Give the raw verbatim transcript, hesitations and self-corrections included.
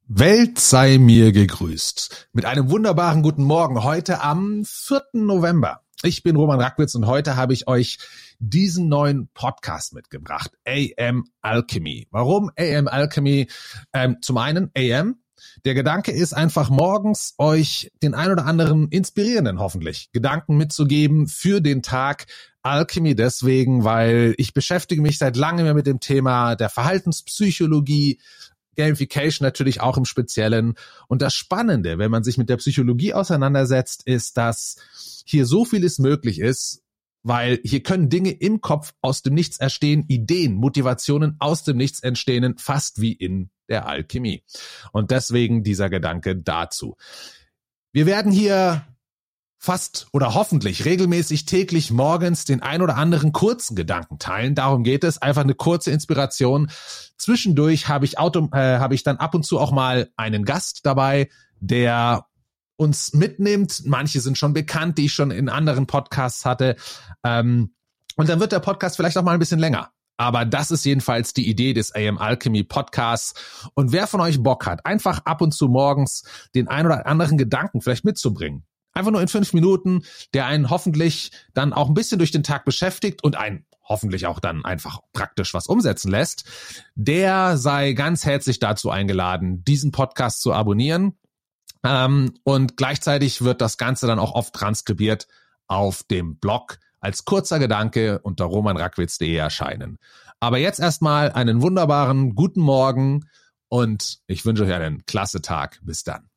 Welt sei mir gegrüßt. Mit einem wunderbaren guten Morgen heute am vierten November. Ich bin Roman Rackwitz und heute habe ich euch diesen neuen Podcast mitgebracht. A M Alchemy. Warum A M Alchemy? Ähm, zum einen A M. Der Gedanke ist einfach morgens euch den ein oder anderen inspirierenden, hoffentlich, Gedanken mitzugeben für den Tag. Alchemy deswegen, weil ich beschäftige mich seit langem mit dem Thema der Verhaltenspsychologie, Gamification natürlich auch im Speziellen. Und das Spannende, wenn man sich mit der Psychologie auseinandersetzt, ist, dass hier so vieles möglich ist, weil hier können Dinge im Kopf aus dem Nichts entstehen, Ideen, Motivationen aus dem Nichts entstehen, fast wie in der Alchemie. Und deswegen dieser Gedanke dazu. Wir werden hier fast oder hoffentlich regelmäßig täglich morgens den ein oder anderen kurzen Gedanken teilen. Darum geht es. Einfach eine kurze Inspiration. Zwischendurch habe ich, Auto, äh, habe ich dann ab und zu auch mal einen Gast dabei, der uns mitnimmt. Manche sind schon bekannt, die ich schon in anderen Podcasts hatte. Ähm, und dann wird der Podcast vielleicht auch mal ein bisschen länger. Aber das ist jedenfalls die Idee des A M Alchemy Podcasts. Und wer von euch Bock hat, einfach ab und zu morgens den ein oder anderen Gedanken vielleicht mitzubringen, einfach nur in fünf Minuten, der einen hoffentlich dann auch ein bisschen durch den Tag beschäftigt und einen hoffentlich auch dann einfach praktisch was umsetzen lässt, der sei ganz herzlich dazu eingeladen, diesen Podcast zu abonnieren. Ähm, und gleichzeitig wird das Ganze dann auch oft transkribiert auf dem Blog als kurzer Gedanke unter roman rackwitz punkt de erscheinen. Aber jetzt erstmal einen wunderbaren guten Morgen und ich wünsche euch einen klasse Tag. Bis dann.